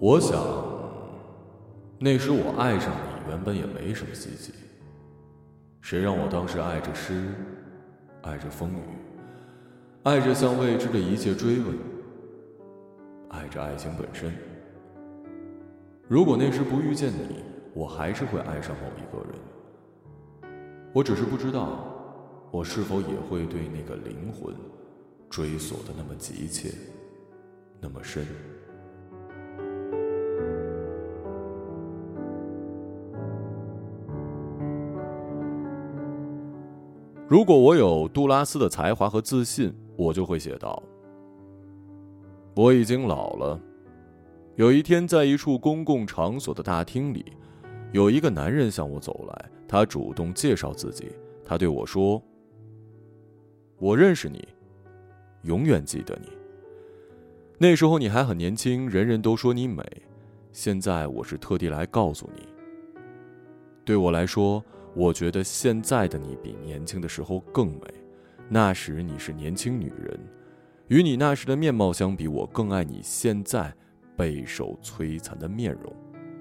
我想，那时我爱上你原本也没什么稀奇，谁让我当时爱着诗，爱着风雨，爱着向未知的一切追问，爱着爱情本身。如果那时不遇见你，我还是会爱上某一个人。我只是不知道，我是否也会对那个灵魂追索的那么急切，那么深。如果我有杜拉斯的才华和自信，我就会写道：我已经老了。有一天，在一处公共场所的大厅里，有一个男人向我走来，他主动介绍自己。他对我说：我认识你，永远记得你。那时候你还很年轻，人人都说你美。现在我是特地来告诉你，对我来说，我觉得现在的你比年轻的时候更美。那时你是年轻女人，与你那时的面貌相比，我更爱你现在备受摧残的面容。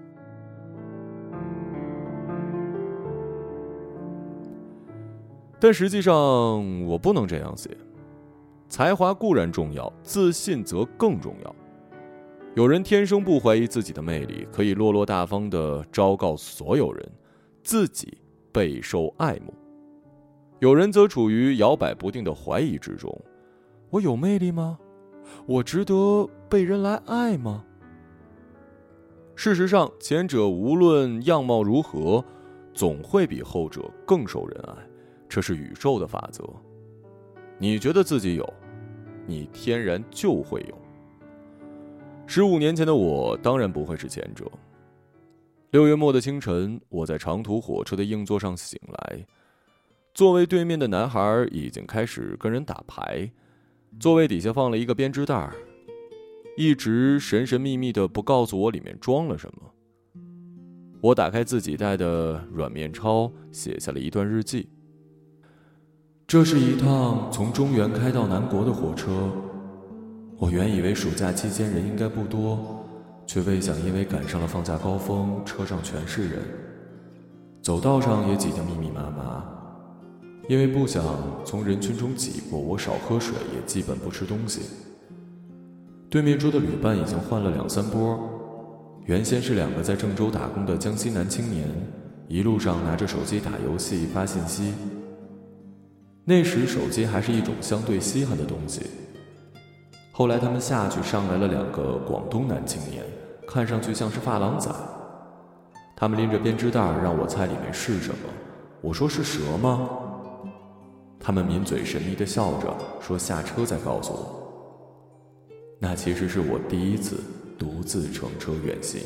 但实际上我不能这样写，才华固然重要，自信则更重要。有人天生不怀疑自己的魅力，可以落落大方地昭告所有人，自己备受爱慕。有人则处于摇摆不定的怀疑之中，我有魅力吗？我值得被人来爱吗？事实上，前者无论样貌如何，总会比后者更受人爱，这是宇宙的法则。你觉得自己有，你天然就会有。15年前的我当然不会是前者。6月末的清晨，我在长途火车的硬座上醒来，座位对面的男孩已经开始跟人打牌，座位底下放了一个编织袋，一直神神秘秘的不告诉我里面装了什么。我打开自己带的软面钞，写下了一段日记。这是一趟从中原开到南国的火车，我原以为暑假期间人应该不多，却未想因为赶上了放假高峰，车上全是人，走道上也挤得密密麻麻。因为不想从人群中挤过，我少喝水，也基本不吃东西。对面桌的旅伴已经换了2、3波，原先是2个在郑州打工的江西男青年，一路上拿着手机打游戏发信息。那时手机还是一种相对稀罕的东西。后来他们下去，上来了2个广东男青年，看上去像是发廊仔。他们拎着编织袋让我猜里面是什么，我说是蛇吗？他们抿嘴神秘地笑着，说下车再告诉我。那其实是我第一次独自乘车远行。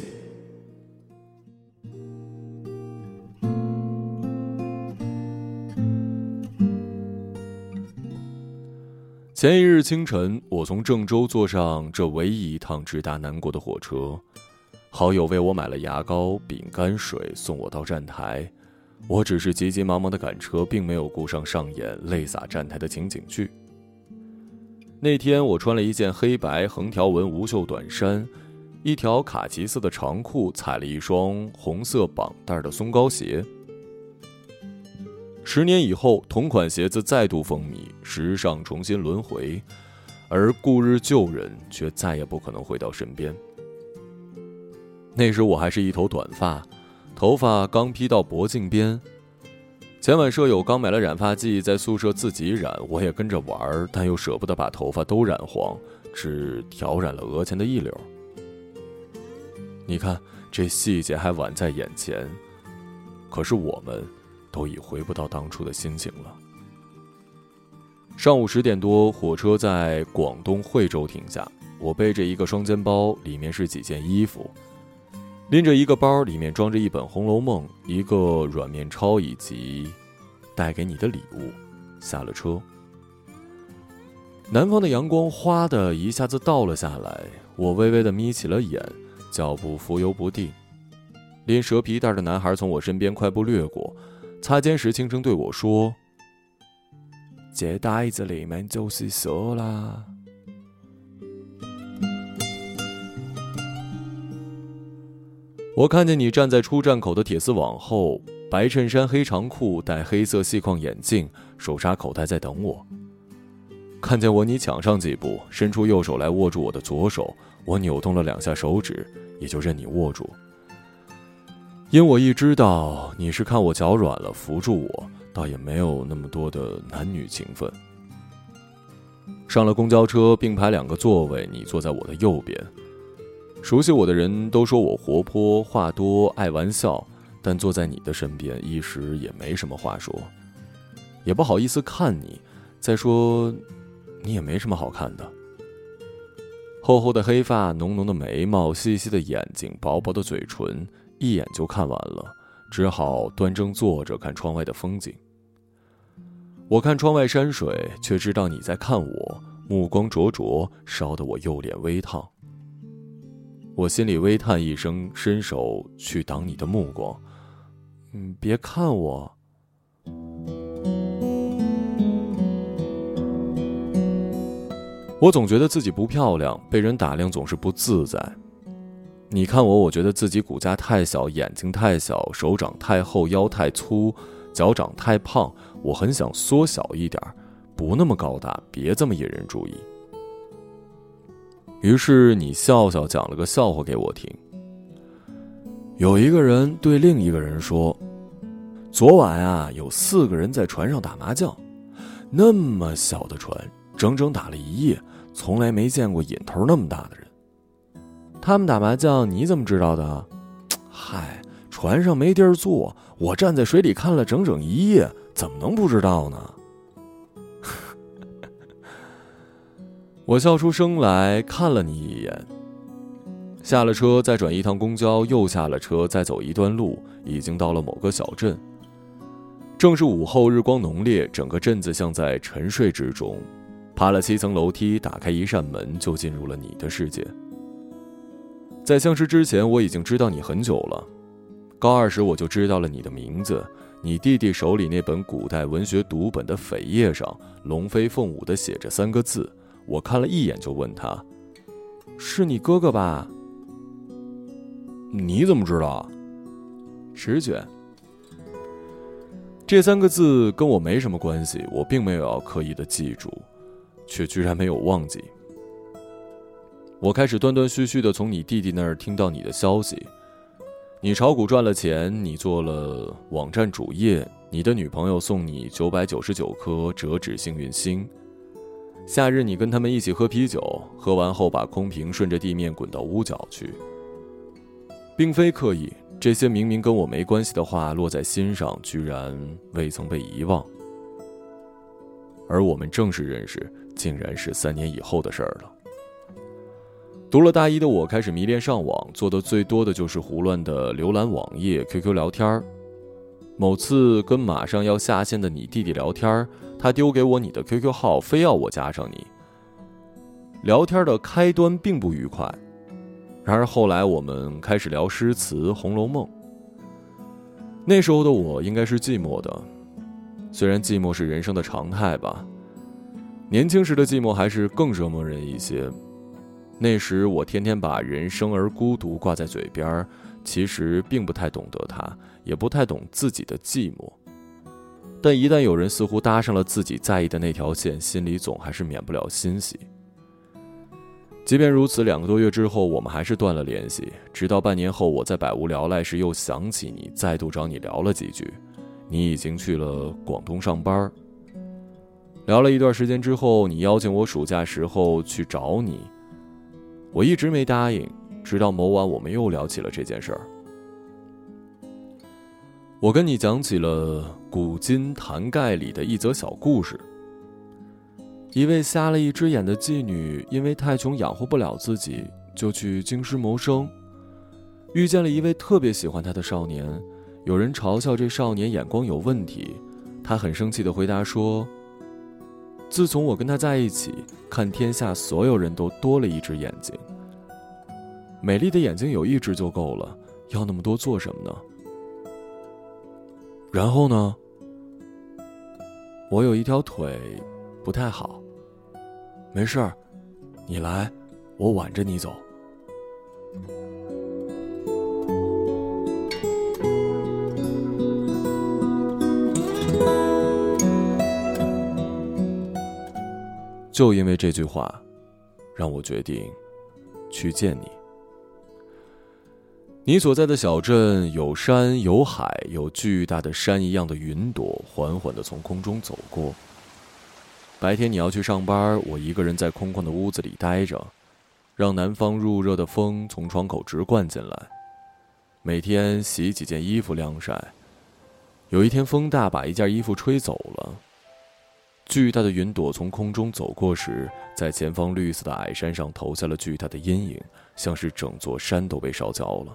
前一日清晨，我从郑州坐上这唯一一趟直达南国的火车，好友为我买了牙膏、饼干、水，送我到站台。我只是急急忙忙地赶车，并没有顾上上演泪洒站台的情景剧。那天我穿了一件黑白横条纹无袖短衫，一条卡其色的长裤，踩了一双红色绑带的松糕鞋。10年以后，同款鞋子再度风靡，时尚重新轮回，而故日旧人却再也不可能回到身边。那时我还是一头短发，头发刚披到脖颈边。前晚舍友刚买了染发剂，在宿舍自己染，我也跟着玩，但又舍不得把头发都染黄，只挑染了额前的一绺。你看，这细节还宛在眼前，可是我们都已回不到当初的心情了。上午10点多，火车在广东惠州停下，我背着一个双肩包，里面是几件衣服，拎着一个包，里面装着一本《红楼梦》，一个软面钞以及带给你的礼物，下了车。南方的阳光哗的一下子倒了下来，我微微的眯起了眼，脚步浮游不定。拎蛇皮袋的男孩从我身边快步掠过，擦肩时轻声对我说：这袋子里面就是蛇啦。 我看见你站在出站口的铁丝网后，白衬衫黑长裤，戴黑色细框眼镜，手插口袋在等我。看见我，你抢上几步，伸出右手来握住我的左手，我扭动了2下手指，也就任你握住。因我一知道你是看我脚软了扶住我，倒也没有那么多的男女情分。上了公交车，并排2个座位，你坐在我的右边。熟悉我的人都说我活泼话多爱玩笑，但坐在你的身边一时也没什么话说，也不好意思看你，再说你也没什么好看的。厚厚的黑发，浓浓的眉毛，细细的眼睛，薄薄的嘴唇，一眼就看完了，只好端正坐着看窗外的风景。我看窗外山水，却知道你在看我，目光灼灼，烧得我右脸微烫。我心里微叹一声，伸手去挡你的目光。别看我。我总觉得自己不漂亮，被人打量总是不自在。你看我，我觉得自己骨架太小，眼睛太小，手掌太厚，腰太粗，脚掌太胖，我很想缩小一点，不那么高大，别这么引人注意。于是你笑笑讲了个笑话给我听。有一个人对另一个人说，昨晚啊，有4个人在船上打麻将，那么小的船，整整打了1夜，从来没见过瘾头那么大的人。他们打麻将你怎么知道的？嗨，船上没地儿坐，我站在水里看了整整1夜，怎么能不知道呢？我笑出声来，看了你一眼。下了车，再转1趟公交，又下了车，再走一段路，已经到了某个小镇。正是午后，日光浓烈，整个镇子像在沉睡之中。爬了7层楼梯，打开1扇门，就进入了你的世界。在相识之前，我已经知道你很久了。高2时我就知道了你的名字，你弟弟手里那本古代文学读本的扉页上龙飞凤舞地写着3个字，我看了一眼就问他，是你哥哥吧？你怎么知道？直觉。这3个字跟我没什么关系，我并没有要刻意的记住，却居然没有忘记。我开始断断续续的从你弟弟那儿听到你的消息，你炒股赚了钱，你做了网站主页，你的女朋友送你999颗折纸幸运星。夏日你跟他们一起喝啤酒，喝完后把空瓶顺着地面滚到屋角去。并非刻意，这些明明跟我没关系的话落在心上，居然未曾被遗忘。而我们正式认识，竟然是3年以后的事儿了。读了大1的我开始迷恋上网，做的最多的就是胡乱的浏览网页、QQ 聊天。某次跟马上要下线的你弟弟聊天，他丢给我你的 QQ 号，非要我加上你。聊天的开端并不愉快，然而后来我们开始聊诗词《红楼梦》。那时候的我应该是寂寞的，虽然寂寞是人生的常态吧，年轻时的寂寞还是更折磨人一些。那时我天天把人生而孤独挂在嘴边，其实并不太懂得它，也不太懂自己的寂寞。但一旦有人似乎搭上了自己在意的那条线，心里总还是免不了欣喜。即便如此，2个多月之后，我们还是断了联系。直到半年后，我在百无聊赖时又想起你，再度找你聊了几句。你已经去了广东上班。聊了一段时间之后，你邀请我暑假时候去找你。我一直没答应，直到某晚我们又聊起了这件事儿。我跟你讲起了古今谭盖里的一则小故事。一位瞎了1只眼的妓女，因为太穷养活不了自己，就去京师谋生。遇见了一位特别喜欢她的少年，有人嘲笑这少年眼光有问题，他很生气地回答说，自从我跟他在一起，看天下所有人都多了1只眼睛。美丽的眼睛有1只就够了，要那么多做什么呢？然后呢？我有1条腿不太好，没事儿，你来，我挽着你走。 就因为这句话，让我决定去见你。你所在的小镇有山有海，有巨大的山一样的云朵缓缓地从空中走过。白天你要去上班，我一个人在空旷的屋子里待着，让南方入热的风从窗口直灌进来。每天洗几件衣服晾晒，有一天风大把一件衣服吹走了。巨大的云朵从空中走过时，在前方绿色的矮山上投下了巨大的阴影，像是整座山都被烧焦了。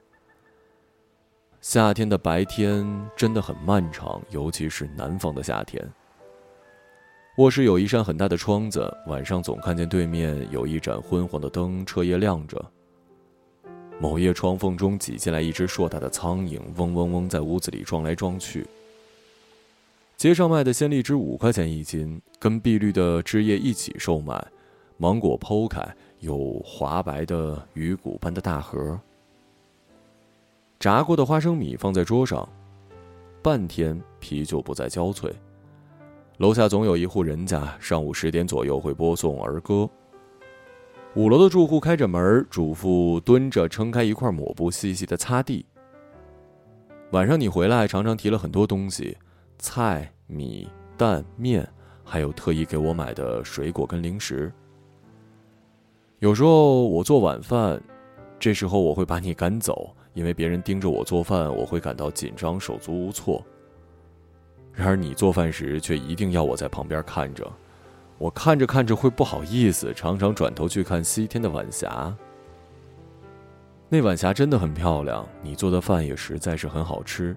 夏天的白天真的很漫长，尤其是南方的夏天。卧室有一扇很大的窗子，晚上总看见对面有一盏昏黄的灯彻夜亮着。某夜窗缝中挤进来一只硕大的苍蝇，嗡嗡嗡在屋子里撞来撞去。街上卖的鲜荔枝5块钱一斤，跟碧绿的枝叶一起售卖，芒果剖开，有滑白的鱼骨般的大核。炸过的花生米放在桌上，半天啤酒不再焦脆。楼下总有一户人家，上午10点左右会播送儿歌。5楼的住户开着门，主妇蹲着撑开一块抹布细细的擦地。晚上你回来常常提了很多东西，菜、米、蛋、面，还有特意给我买的水果跟零食。有时候我做晚饭，这时候我会把你赶走，因为别人盯着我做饭，我会感到紧张，手足无措。然而你做饭时却一定要我在旁边看着，我看着看着会不好意思，常常转头去看西天的晚霞。那晚霞真的很漂亮，你做的饭也实在是很好吃。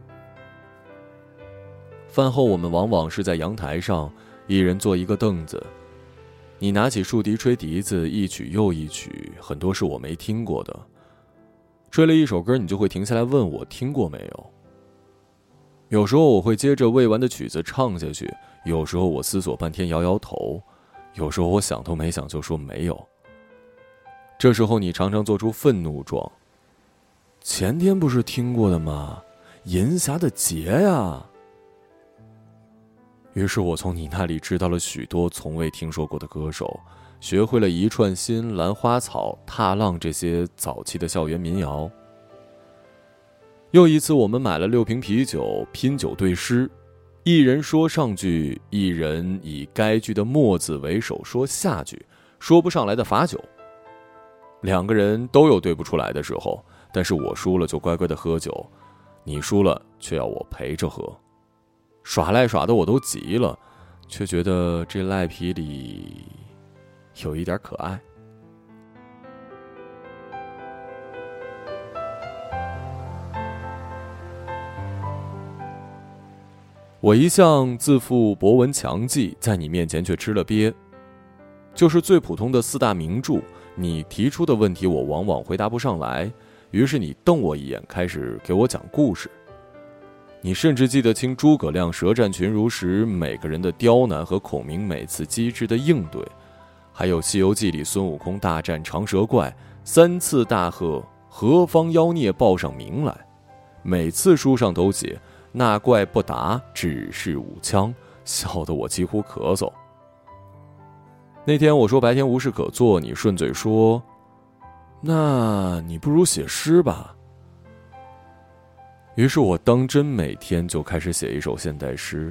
饭后我们往往是在阳台上，一人坐一个凳子，你拿起竖笛吹笛子，一曲又一曲，很多是我没听过的。吹了一首歌，你就会停下来问我听过没有。有时候我会接着未完的曲子唱下去，有时候我思索半天摇摇头，有时候我想都没想就说没有。这时候你常常做出愤怒状，前天不是听过的吗？银霞的劫呀。于是我从你那里知道了许多从未听说过的歌手，学会了一串心、兰花草、踏浪这些早期的校园民谣。又一次我们买了6瓶啤酒，拼酒对诗，一人说上句，一人以该句的末字为首说下句，说不上来的罚酒。2个人都有对不出来的时候，但是我输了就乖乖的喝酒，你输了却要我陪着喝。耍赖耍的我都急了，却觉得这赖皮里有一点可爱。我一向自负博闻强记，在你面前却吃了瘪。就是最普通的4大名著，你提出的问题我往往回答不上来，于是你瞪我一眼，开始给我讲故事。你甚至记得清诸葛亮舌战群儒时每个人的刁难和孔明每次机智的应对，还有《西游记》里孙悟空大战长蛇怪，3次大喝何方妖孽报上名来，每次书上都写那怪不答，只是舞枪，笑得我几乎咳嗽。那天我说白天无事可做，你顺嘴说，那你不如写诗吧。于是我当真每天就开始写一首现代诗。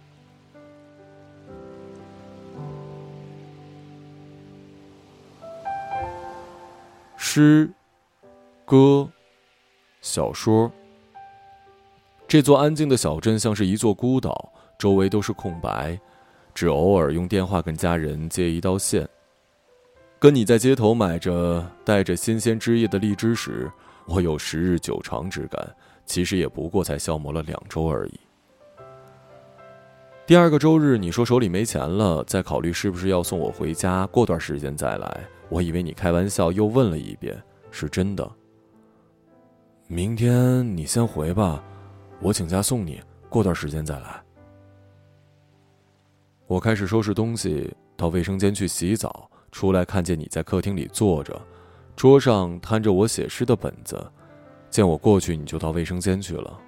诗、歌、小说。这座安静的小镇像是一座孤岛，周围都是空白，只偶尔用电话跟家人接一道线。跟你在街头买着带着新鲜汁液的荔枝时，我有10日久长之感，其实也不过才消磨了2周而已。第2个周日，你说手里没钱了，再考虑是不是要送我回家，过段时间再来。我以为你开玩笑，又问了一遍，是真的。明天你先回吧，我请假送你，过段时间再来。我开始收拾东西，到卫生间去洗澡，出来看见你在客厅里坐着，桌上摊着我写诗的本子，见我过去，你就到卫生间去了。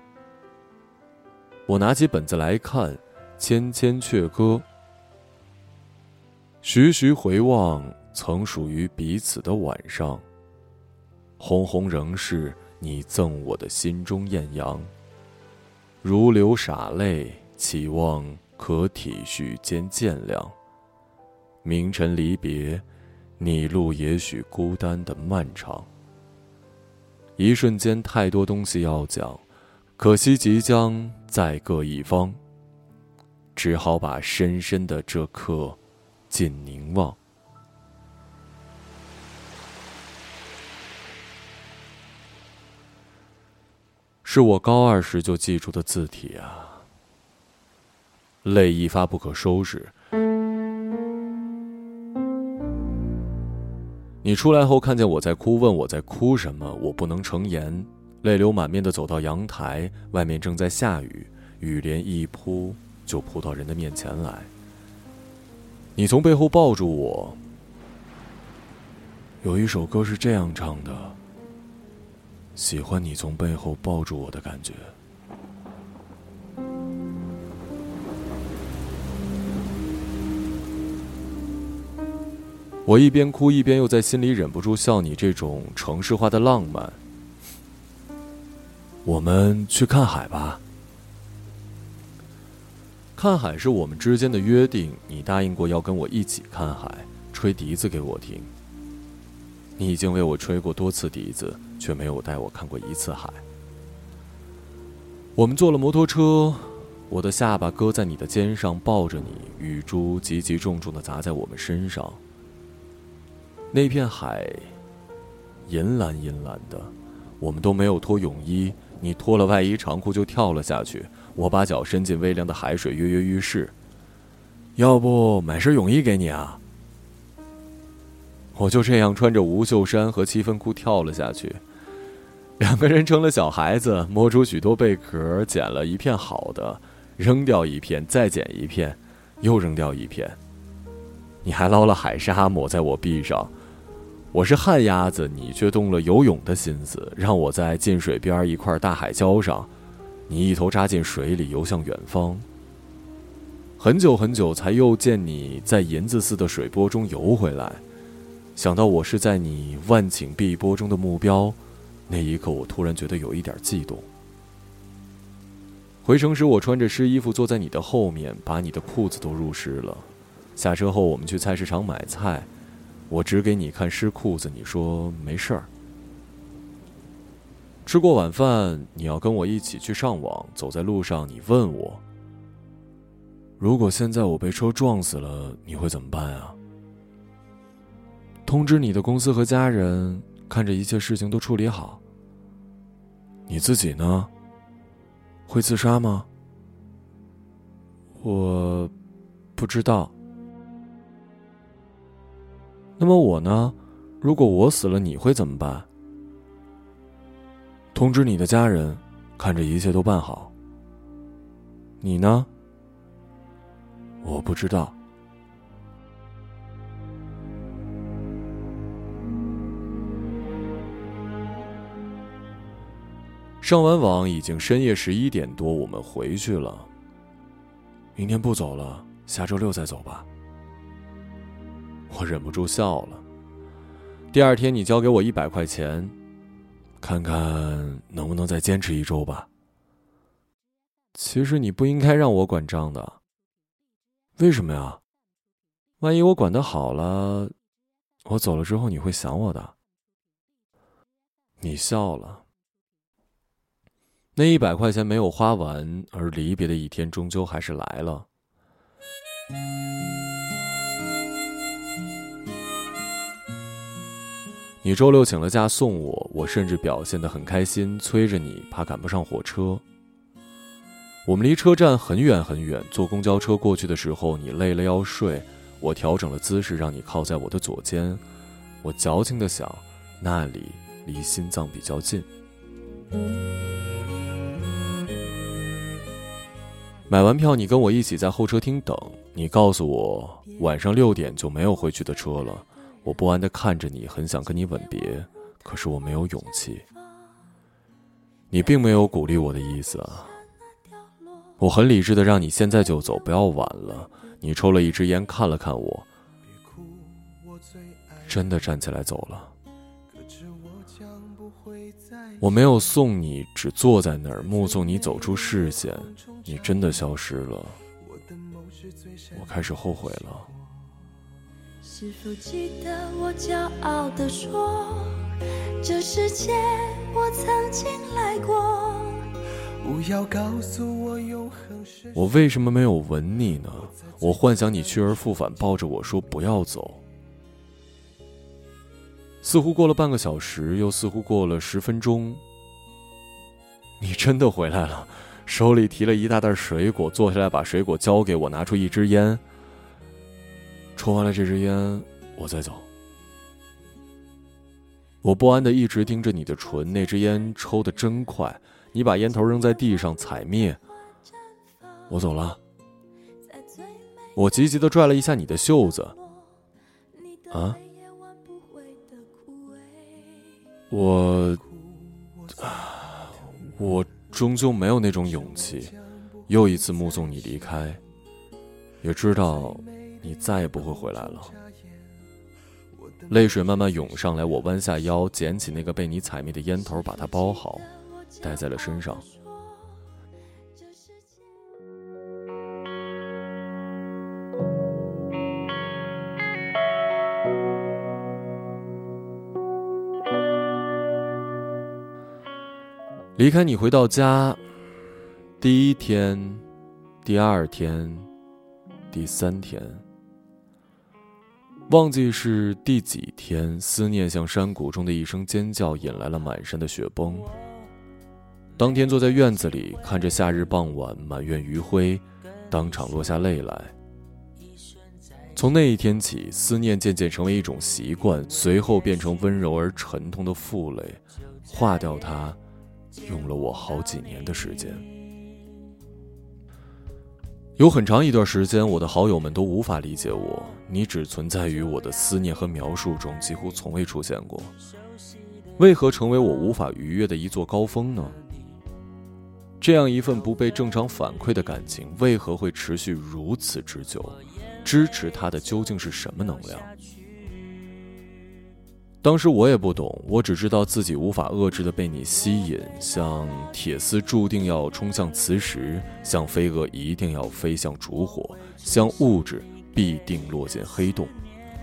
我拿起本子来看，《千千阙歌》。 徐徐回望曾属于彼此的晚上，红红仍是你赠我的心中艳阳。如流洒泪，期望可体恤兼见谅。明晨离别，你路也许孤单的漫长。一瞬间太多东西要讲，可惜即将再各一方，只好把深深的这刻尽凝望。是我高2时就记住的字体啊，泪一发不可收拾。你出来后看见我在哭，问我在哭什么，我不能成言，泪流满面地走到阳台，外面正在下雨，雨帘一扑就扑到人的面前来。你从背后抱住我，有一首歌是这样唱的，喜欢你从背后抱住我的感觉。我一边哭一边又在心里忍不住笑你这种城市化的浪漫。我们去看海吧。看海是我们之间的约定，你答应过要跟我一起看海，吹笛子给我听。你已经为我吹过多次笛子，却没有带我看过一次海。我们坐了摩托车，我的下巴搁在你的肩上，抱着你，雨珠急急重重地砸在我们身上。那片海银蓝银蓝的，我们都没有脱泳衣，你脱了外衣长裤就跳了下去，我把脚伸进微凉的海水，跃跃欲试。要不买身泳衣给你啊？我就这样穿着无袖衫和七分裤跳了下去。两个人成了小孩子，摸出许多贝壳，捡了一片好的，扔掉一片，再捡一片，又扔掉一片。你还捞了海沙抹在我臂上。我是旱鸭子，你却动了游泳的心思，让我在进水边一块大海礁上，你一头扎进水里，游向远方。很久很久才又见你在银子似的水波中游回来，想到我是在你万顷碧波中的目标，那一刻我突然觉得有一点悸动。回城时我穿着湿衣服坐在你的后面，把你的裤子都入湿了。下车后我们去菜市场买菜，我指给你看湿裤子，你说没事儿。吃过晚饭，你要跟我一起去上网，走在路上你问我，如果现在我被车撞死了，你会怎么办啊？通知你的公司和家人，看着一切事情都处理好。你自己呢？会自杀吗？我不知道。那么我呢？如果我死了，你会怎么办？通知你的家人，看着一切都办好。你呢？我不知道。上完网已经深夜11点多，我们回去了。明天不走了，下周6再走吧。我忍不住笑了。第二天你交给我100块钱，看看能不能再坚持1周吧。其实你不应该让我管账的。为什么呀？万一我管得好了，我走了之后你会想我的。你笑了。那100块钱没有花完，而离别的一天终究还是来了。你周6请了假送我，我甚至表现得很开心，催着你，怕赶不上火车。我们离车站很远很远，坐公交车过去的时候，你累了要睡，我调整了姿势让你靠在我的左肩。我矫情地想，那里离心脏比较近。买完票，你跟我一起在候车厅等。你告诉我，晚上6点就没有回去的车了。我不安地看着你，很想跟你吻别，可是我没有勇气。你并没有鼓励我的意思啊。我很理智地让你现在就走，不要晚了。你抽了一支烟，看了看我， 真的站起来走了。我没有送你，只坐在那儿目送你走出视线，你真的消失了。我开始后悔了。 是否记得我骄傲地说，这世界我曾经来过，不要告诉我永恒是。 我为什么没有吻你呢？我幻想你去而复返，抱着我说不要走。似乎过了半个小时，又似乎过了10分钟，你真的回来了，手里提了一大袋水果，坐下来把水果交给我，拿出一支烟。抽完了这支烟，我再走。我不安地一直盯着你的唇，那支烟抽得真快，你把烟头扔在地上踩灭。我走了。我急急地拽了一下你的袖子。啊？我终究没有那种勇气，又一次目送你离开，也知道你再也不会回来了。泪水慢慢涌上来，我弯下腰，捡起那个被你踩灭的烟头，把它包好，戴在了身上。离开你回到家，第一天、第二天、第3天，忘记是第几天，思念像山谷中的一声尖叫，引来了满山的雪崩。当天坐在院子里，看着夏日傍晚，满院余晖，当场落下泪来。从那一天起，思念渐渐成为一种习惯，随后变成温柔而沉痛的负累，化掉它用了我好几年的时间。有很长一段时间，我的好友们都无法理解我，你只存在于我的思念和描述中，几乎从未出现过。为何成为我无法逾越的一座高峰呢？这样一份不被正常反馈的感情，为何会持续如此之久？支持它的究竟是什么能量？当时我也不懂，我只知道自己无法遏制地被你吸引，像铁丝注定要冲向磁石，像飞蛾一定要飞向烛火，像物质必定落进黑洞。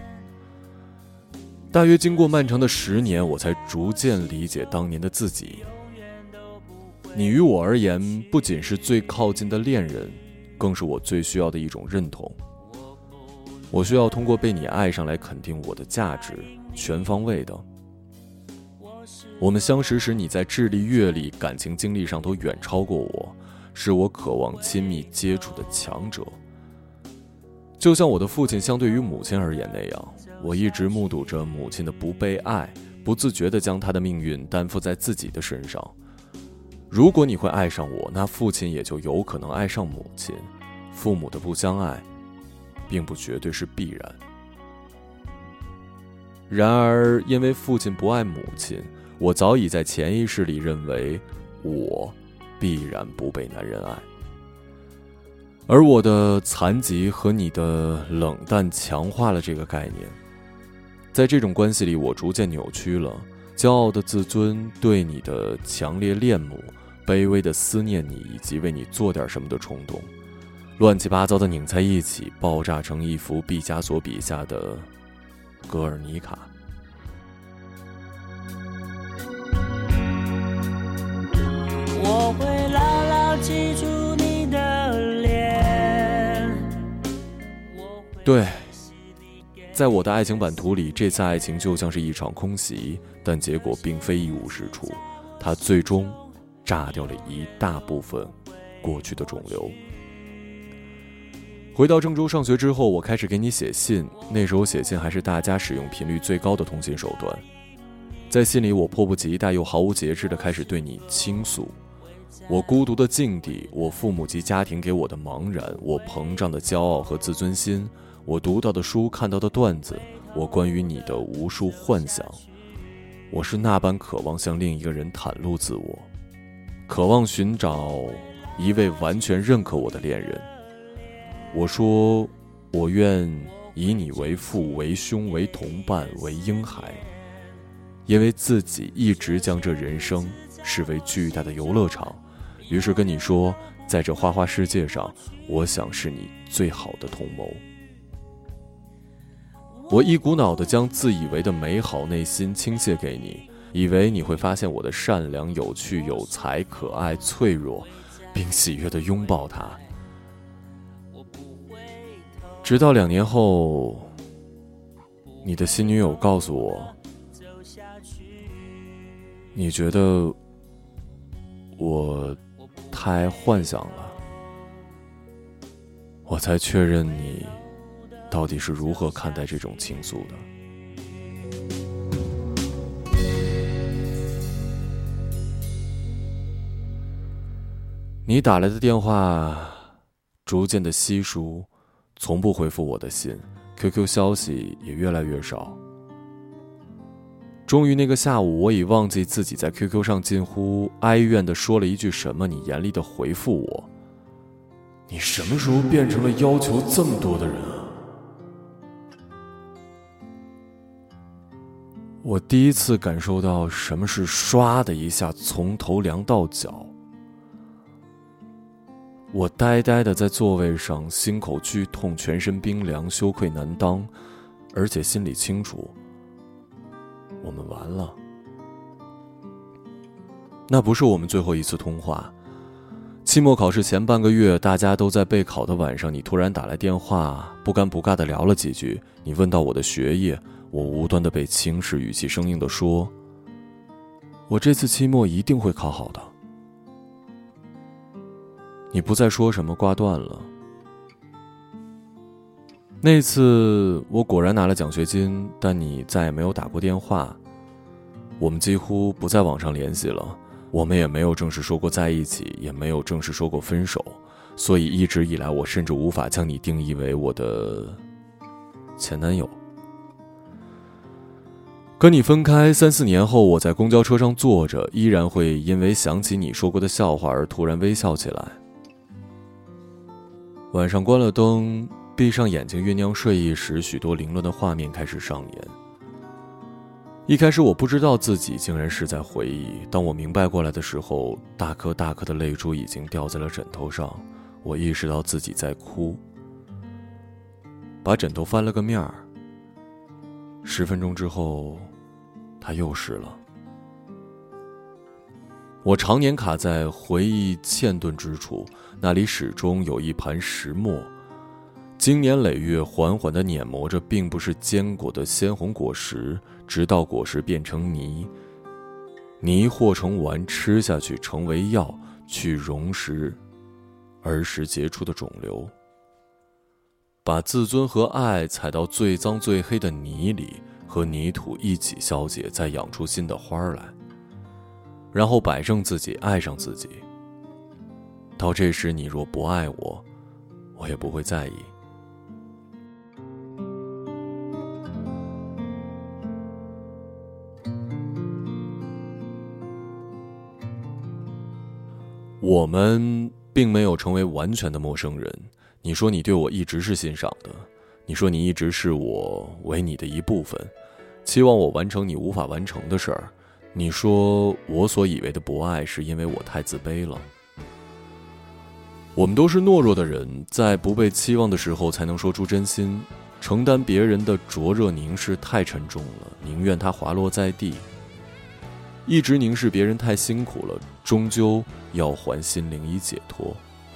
大约经过漫长的10年，我才逐渐理解当年的自己。你于我而言，不仅是最靠近的恋人，更是我最需要的一种认同。我需要通过被你爱上来肯定我的价值，全方位的。我们相识时，你在智力、阅历、感情经历上都远超过我，是我渴望亲密接触的强者。就像我的父亲相对于母亲而言那样，我一直目睹着母亲的不被爱，不自觉地将她的命运担负在自己的身上。如果你会爱上我，那父亲也就有可能爱上母亲。父母的不相爱并不绝对是必然。然而因为父亲不爱母亲，我早已在潜意识里认为我必然不被男人爱。而我的残疾和你的冷淡强化了这个概念。在这种关系里，我逐渐扭曲了骄傲的自尊，对你的强烈恋慕，卑微的思念你，以及为你做点什么的冲动，乱七八糟的拧在一起，爆炸成一幅毕加索笔下的格尔尼卡。 我会牢牢记住你的脸。 对，在我的爱情版图里，这次爱情就像是一场空袭，但结果并非一无是处，它最终炸掉了一大部分过去的肿瘤。回到郑州上学之后，我开始给你写信，那时候写信还是大家使用频率最高的通信手段。在信里，我迫不及待又毫无节制地开始对你倾诉，我孤独的境地，我父母及家庭给我的茫然，我膨胀的骄傲和自尊心，我读到的书，看到的段子，我关于你的无数幻想。我是那般渴望向另一个人袒露自我，渴望寻找一位完全认可我的恋人。我说，我愿以你为父，为兄，为同伴，为婴孩，因为自己一直将这人生视为巨大的游乐场，于是跟你说，在这花花世界上，我想是你最好的同谋。我一股脑地将自以为的美好内心倾泻给你，以为你会发现我的善良、有趣、有才、可爱、脆弱，并喜悦地拥抱它。直到2年后，你的新女友告诉我，你觉得我太幻想了，我才确认你到底是如何看待这种倾诉的。你打来的电话逐渐的稀疏，从不回复我的信， QQ 消息也越来越少。终于那个下午，我已忘记自己在 QQ 上近乎哀怨地说了一句什么，你严厉地回复我，你什么时候变成了要求这么多的人啊？我第一次感受到什么是唰的一下从头凉到脚。我呆呆地在座位上，心口剧痛，全身冰凉，羞愧难当，而且心里清楚，我们完了。那不是我们最后一次通话。期末考试前半个月，大家都在备考的晚上，你突然打来电话，不尴不尬地聊了几句。你问到我的学业，我无端地被轻视，语气生硬地说，我这次期末一定会考好的。你不再说什么，挂断了。那次我果然拿了奖学金，但你再也没有打过电话，我们几乎不在网上联系了，我们也没有正式说过在一起，也没有正式说过分手，所以一直以来我甚至无法将你定义为我的前男友。跟你分开3、4年后，我在公交车上坐着，依然会因为想起你说过的笑话而突然微笑起来。晚上关了灯，闭上眼睛酝酿睡意时，许多凌乱的画面开始上演。一开始我不知道自己竟然是在回忆，当我明白过来的时候，大颗大颗的泪珠已经掉在了枕头上，我意识到自己在哭，把枕头翻了个面儿。10分钟之后，它又湿了。我常年卡在回忆嵌顿之处，那里始终有一盘石磨，经年累月缓缓地碾磨着，并不是坚果的鲜红果实，直到果实变成泥，泥和成丸，吃下去成为药，去溶蚀儿时结出的肿瘤，把自尊和爱踩到最脏最黑的泥里，和泥土一起消解，再养出新的花来，然后摆正自己，爱上自己。到这时，你若不爱我，我也不会在意。我们并没有成为完全的陌生人。你说你对我一直是欣赏的，你说你一直视我为你的一部分，期望我完成你无法完成的事儿。你说我所以为的不爱是因为我太自卑了。我们都是懦弱的人，在不被期望的时候才能说出真心，承担别人的灼热凝视太沉重了，宁愿它滑落在地。一直凝视别人太辛苦了，终究要还心灵以解脱。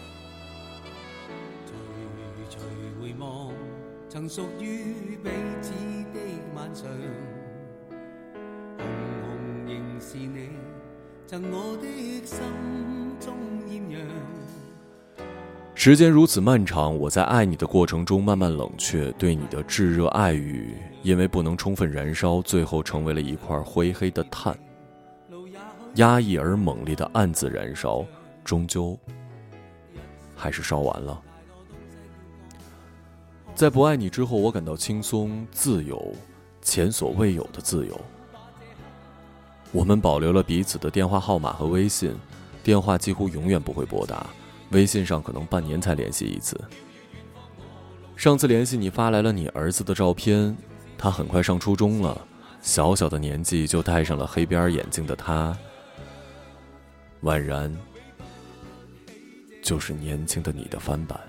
徐徐回望曾屬於彼此的晚上，紅紅仍是你贈我的心中豔陽。 時間如此漫長，我在愛你的過程中慢慢冷卻，對你的炙熱愛欲因為不能充分燃燒，最後成為了一塊灰黑的炭。壓抑而猛烈的暗自燃燒，終究還是燒完了。在不愛你之後，我感到輕鬆自由，前所未有的自由。我們保留了彼此的電話號碼和微信，電話幾乎永遠不會撥打，微信上可能半年才聯繫一次。 上次联系你发来了你儿子的照片，他很快上初中了，小小的年纪就戴上了黑边眼镜的他，宛然就是年轻的你的翻版。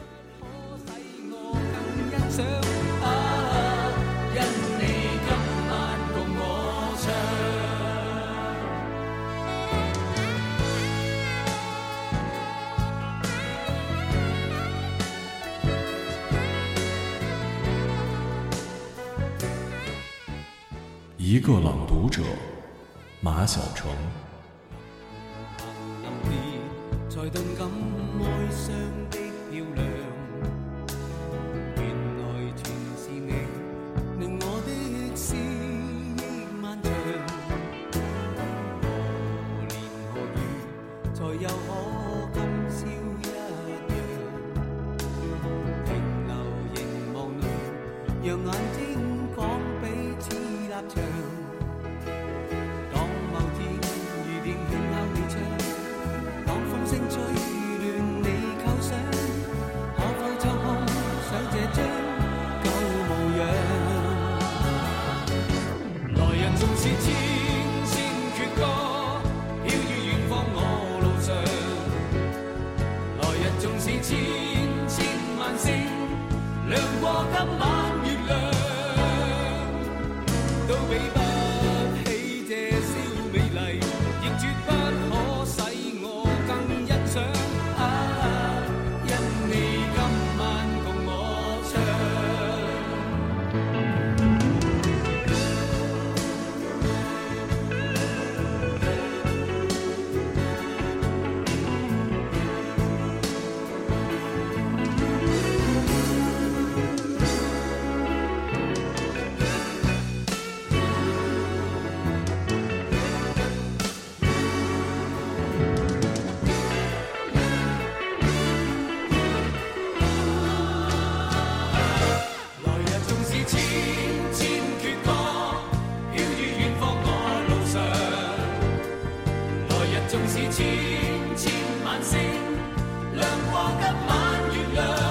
一个朗读者，马晓成。 才动感哀傷的漂亮，原來全是你令我的思憶漫長。何年何月才又可今宵一樣，停留凝望裏，讓眼睛講彼此立場。當某天預定輕敲你窗，當風聲吹亂你構想，可否抽空想這張舊模樣？來日縱是千千闕歌，飄於遠方我路上。來日縱是千千萬星，亮過今晚月亮，都比不起這宵美麗，亦絕不可使我更欣賞。因你今晚共我唱。來日縱是千千闕歌，飄於遠方我路上。來日縱是千千萬星，亮過今晚月亮。